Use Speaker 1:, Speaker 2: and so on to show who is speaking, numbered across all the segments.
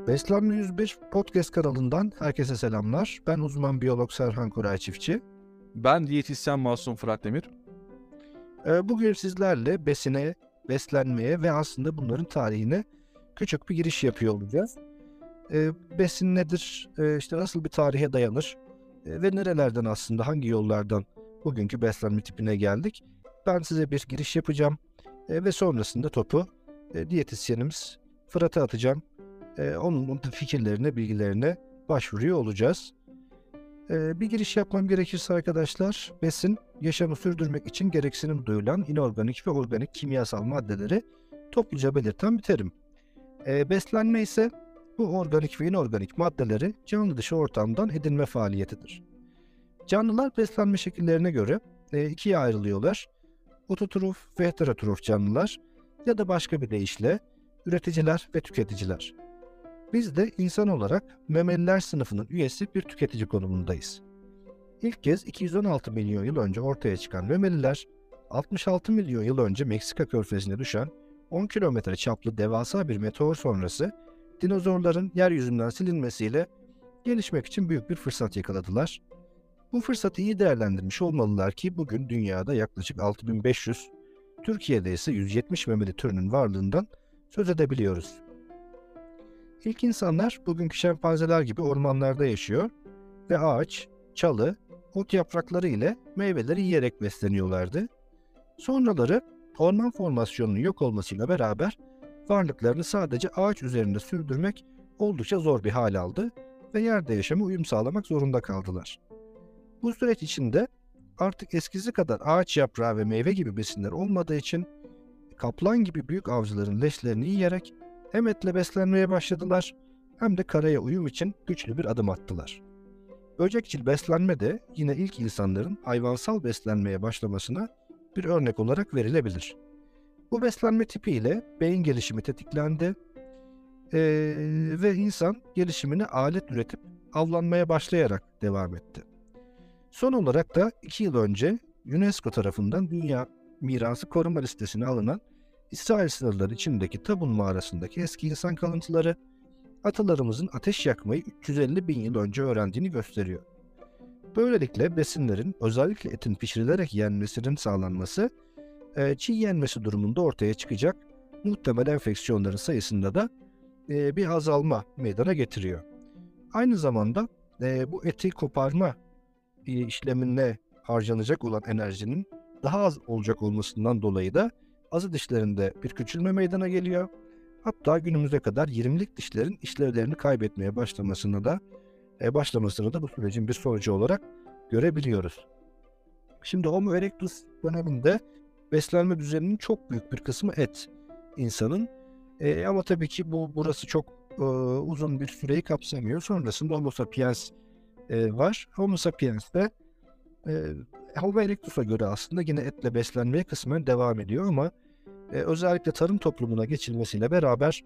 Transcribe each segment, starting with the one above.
Speaker 1: Beslenme 101 podcast kanalından herkese selamlar. Ben uzman biyolog Serhan Koray Çiftçi.
Speaker 2: Ben diyetisyen Masum Fırat Demir.
Speaker 1: Bugün sizlerle besine, beslenmeye ve aslında bunların tarihine küçük bir giriş yapıyor olacağız. Besin nedir, işte nasıl bir tarihe dayanır ve nerelerden aslında hangi yollardan bugünkü beslenme tipine geldik. Ben size bir giriş yapacağım ve sonrasında topu diyetisyenimiz Fırat'a atacağım. Onun fikirlerine, bilgilerine başvuruyor olacağız. Bir giriş yapmam gerekirse arkadaşlar, besin, yaşamı sürdürmek için gereksinim duyulan inorganik ve organik kimyasal maddeleri topluca belirten bir terim. Beslenme ise bu organik ve inorganik maddeleri canlı dışı ortamdan edinme faaliyetidir. Canlılar beslenme şekillerine göre ikiye ayrılıyorlar. Ototrof ve heterotrof canlılar ya da başka bir deyişle üreticiler ve tüketiciler. Biz de insan olarak memeliler sınıfının üyesi bir tüketici konumundayız. İlk kez 216 milyon yıl önce ortaya çıkan memeliler, 66 milyon yıl önce Meksika körfezine düşen 10 kilometre çaplı devasa bir meteor sonrası dinozorların yeryüzünden silinmesiyle gelişmek için büyük bir fırsat yakaladılar. Bu fırsatı iyi değerlendirmiş olmalılar ki bugün dünyada yaklaşık 6500, Türkiye'de ise 170 memeli türünün varlığından söz edebiliyoruz. İlk insanlar bugünkü şempanzeler gibi ormanlarda yaşıyor ve ağaç, çalı, ot yaprakları ile meyveleri yiyerek besleniyorlardı. Sonraları orman formasyonunun yok olmasıyla beraber varlıklarını sadece ağaç üzerinde sürdürmek oldukça zor bir hal aldı ve yerde yaşama uyum sağlamak zorunda kaldılar. Bu süreç içinde artık eskisi kadar ağaç yaprağı ve meyve gibi besinler olmadığı için kaplan gibi büyük avcıların leşlerini yiyerek hem etle beslenmeye başladılar hem de karaya uyum için güçlü bir adım attılar. Böcekçil beslenme de yine ilk insanların hayvansal beslenmeye başlamasına bir örnek olarak verilebilir. Bu beslenme tipiyle beyin gelişimi tetiklendi ve insan gelişimini alet üretip avlanmaya başlayarak devam etti. Son olarak da 2 yıl önce UNESCO tarafından Dünya Mirası Koruma Listesi'ne alınan İsrail sınırları içindeki Tabun mağarasındaki eski insan kalıntıları, atalarımızın ateş yakmayı 350 bin yıl önce öğrendiğini gösteriyor. Böylelikle besinlerin, özellikle etin pişirilerek yenmesinin sağlanması, çiğ yenmesi durumunda ortaya çıkacak muhtemel enfeksiyonların sayısında da bir azalma meydana getiriyor. Aynı zamanda bu eti koparma işlemine harcanacak olan enerjinin daha az olacak olmasından dolayı da azı dişlerinde bir küçülme meydana geliyor. Hatta günümüze kadar 20'lik dişlerin işlevlerini kaybetmeye başlamasını da bu sürecin bir sonucu olarak görebiliyoruz. Şimdi Homo erectus döneminde beslenme düzeninin çok büyük bir kısmı et insanın. Ama tabii ki burası çok uzun bir süreyi kapsamıyor. Sonrasında Homo sapiens var. Homo sapiens de Homo erectus'a göre aslında yine etle beslenmeye kısmen devam ediyor ama özellikle tarım toplumuna geçilmesiyle beraber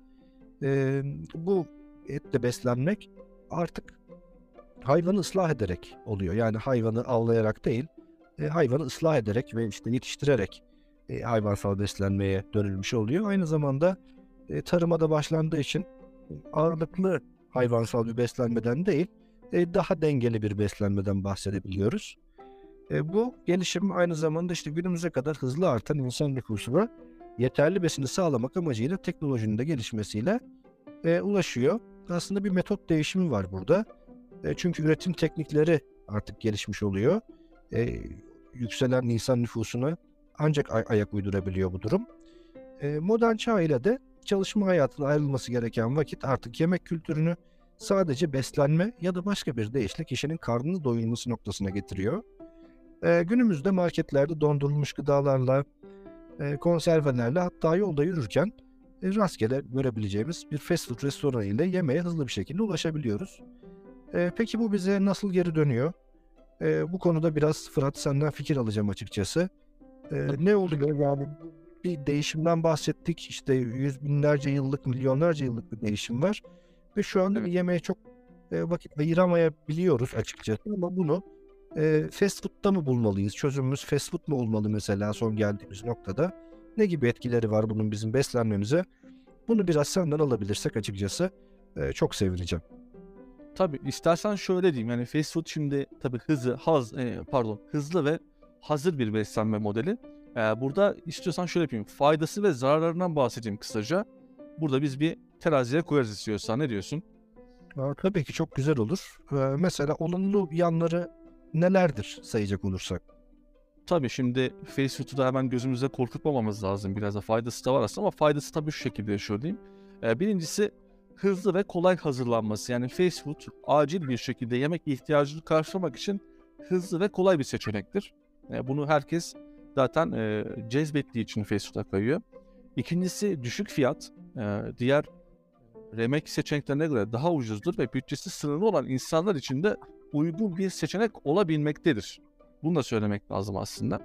Speaker 1: bu etle beslenmek artık hayvanı ıslah ederek oluyor. Yani hayvanı avlayarak değil, hayvanı ıslah ederek ve işte yetiştirerek hayvansal beslenmeye dönülmüş oluyor. Aynı zamanda tarıma da başlandığı için ağırlıklı hayvansal bir beslenmeden değil, daha dengeli bir beslenmeden bahsedebiliyoruz. Bu gelişim aynı zamanda işte günümüze kadar hızlı artan insan nüfusuna yeterli besini sağlamak amacıyla teknolojinin de gelişmesiyle ulaşıyor. Aslında bir metot değişimi var burada. Çünkü üretim teknikleri artık gelişmiş oluyor. Yükselen insan nüfusuna ancak ayak uydurabiliyor bu durum. Modern çağ ile de çalışma hayatına ayrılması gereken vakit artık yemek kültürünü sadece beslenme ya da başka bir deyişle kişinin karnını doyurması noktasına getiriyor. Günümüzde marketlerde dondurulmuş gıdalarla, konservelerle hatta yolda yürürken rastgele görebileceğimiz bir fast food restoranı ile yemeğe hızlı bir şekilde ulaşabiliyoruz. Peki bu bize nasıl geri dönüyor? Bu konuda biraz Fırat senden fikir alacağım açıkçası. Ne oluyor yani? Bir değişimden bahsettik. İşte yüz binlerce yıllık, milyonlarca yıllık bir değişim var. Ve şu anda yemeğe çok vakit ayıramayabiliyoruz açıkçası. Ama bunu fast food'da mı bulmalıyız? Çözümümüz fast food mu olmalı mesela son geldiğimiz noktada? Ne gibi etkileri var bunun bizim beslenmemize? Bunu biraz senden alabilirsek açıkçası çok sevineceğim.
Speaker 2: Tabii istersen şöyle diyeyim, yani fast food şimdi tabii hızlı ve hazır bir beslenme modeli. Burada istiyorsan şöyle yapayım, faydası ve zararlarından bahsedeyim kısaca. Burada biz bir teraziye koyarız istiyorsan, ne diyorsun?
Speaker 1: Tabii ki çok güzel olur. Mesela olumlu yanları nelerdir sayacak olursak?
Speaker 2: Tabii şimdi fast food'u da hemen gözümüze korkutmamamız lazım. Biraz da faydası da var aslında ama faydası tabii şu şekilde yaşıyor diyeyim. Birincisi hızlı ve kolay hazırlanması. Yani fast food acil bir şekilde yemek ihtiyacını karşılamak için hızlı ve kolay bir seçenektir. Bunu herkes zaten cezbettiği için fast food'a kayıyor. İkincisi düşük fiyat. Diğer yemek seçeneklerine göre daha ucuzdur ve bütçesi sınırlı olan insanlar için de uygun bir seçenek olabilmektedir. Bunu da söylemek lazım aslında.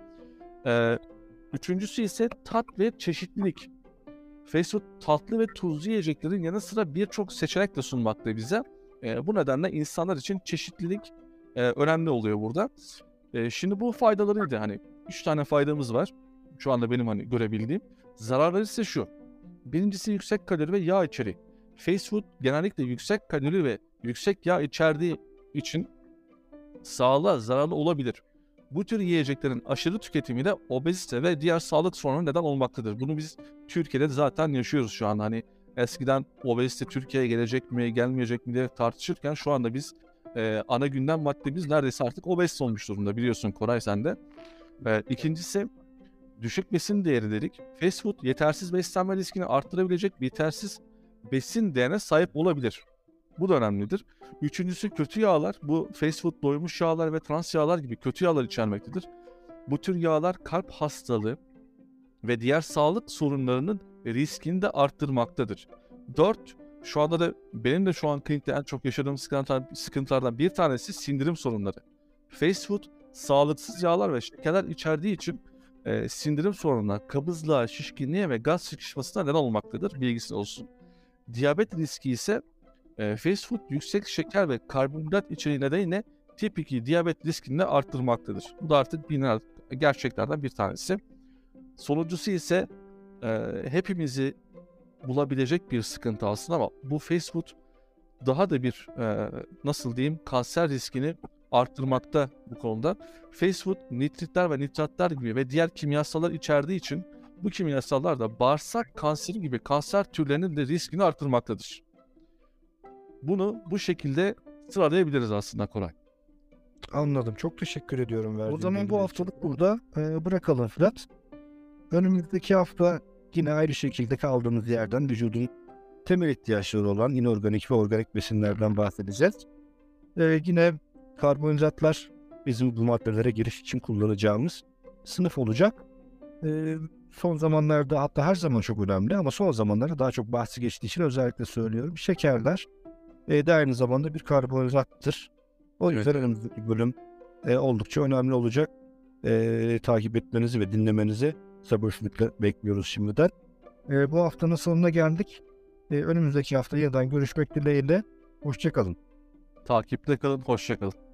Speaker 2: Üçüncüsü ise tat ve çeşitlilik. Fast food tatlı ve tuzlu yiyeceklerin yanı sıra birçok seçenek de sunmakta bize. Bu nedenle insanlar için çeşitlilik önemli oluyor burada. Şimdi bu faydalarıydı, hani 3 tane faydamız var. Şu anda benim hani görebildiğim. Zararları ise şu. Birincisi yüksek kalori ve yağ içeriği. Fast food genellikle yüksek kalori ve yüksek yağ içerdiği için sağlığa zararlı olabilir. Bu tür yiyeceklerin aşırı tüketimi de obezite ve diğer sağlık sorunlarına neden olmaktadır. Bunu biz Türkiye'de zaten yaşıyoruz şu an. Hani eskiden obezite Türkiye'ye gelecek mi, gelmeyecek mi diye tartışırken şu anda biz ana gündem maddemiz neredeyse artık obezite olmuş durumda, biliyorsun Koray sen de. İkincisi düşük besin değeri dedik. Fast food yetersiz beslenme riskini arttırabilecek yetersiz besin değerine sahip olabilir. Bu da önemlidir. Üçüncüsü kötü yağlar. Bu fast food doymuş yağlar ve trans yağlar gibi kötü yağlar içermektedir. Bu tür yağlar kalp hastalığı ve diğer sağlık sorunlarının riskini de arttırmaktadır. 4. Şu anda da benim de şu an klinikte en çok yaşadığım sıkıntılardan bir tanesi sindirim sorunları. Fast food sağlıksız yağlar ve şekerler içerdiği için sindirim sorunlarına, kabızlığa, şişkinliğe ve gaz sıkışmasına neden olmaktadır. Bilgisi olsun. Diyabet riski ise fast food yüksek şeker ve karbonhidrat içeriği nedeniyle tip 2 diyabet riskini de arttırmaktadır. Bu da artık bilinen gerçeklerden bir tanesi. Sonuncusu ise hepimizi bulabilecek bir sıkıntı aslında ama bu fast food daha da bir nasıl diyeyim, kanser riskini arttırmakta bu konuda. Fast food nitritler ve nitratlar gibi ve diğer kimyasallar içerdiği için bu kimyasallar da bağırsak kanseri gibi kanser türlerinin de riskini arttırmaktadır. Bunu bu şekilde sıralayabiliriz aslında Koray.
Speaker 1: Anladım. Çok teşekkür ediyorum verdiğin
Speaker 3: O zaman bu
Speaker 1: bilgiler
Speaker 3: haftalık
Speaker 1: için.
Speaker 3: burada
Speaker 1: Bırakalım Fırat. Önümüzdeki hafta yine aynı şekilde kaldığımız yerden vücudun temel ihtiyaçları olan inorganik ve organik besinlerden bahsedeceğiz. Yine karbonhidratlar bizim bu maddelere giriş için kullanacağımız sınıf olacak. Son zamanlarda, hatta her zaman çok önemli ama son zamanlarda daha çok bahsi geçtiği için özellikle söylüyorum. Şekerler de aynı zamanda bir karbonhidrattır. O yüzden önümüzdeki bölüm oldukça önemli olacak. Takip etmenizi ve dinlemenizi sabırsızlıkla bekliyoruz şimdiden. Bu haftanın sonuna geldik. Önümüzdeki hafta yeniden görüşmek dileğiyle. Hoşça kalın.
Speaker 2: Takipte kalın, hoşça kalın.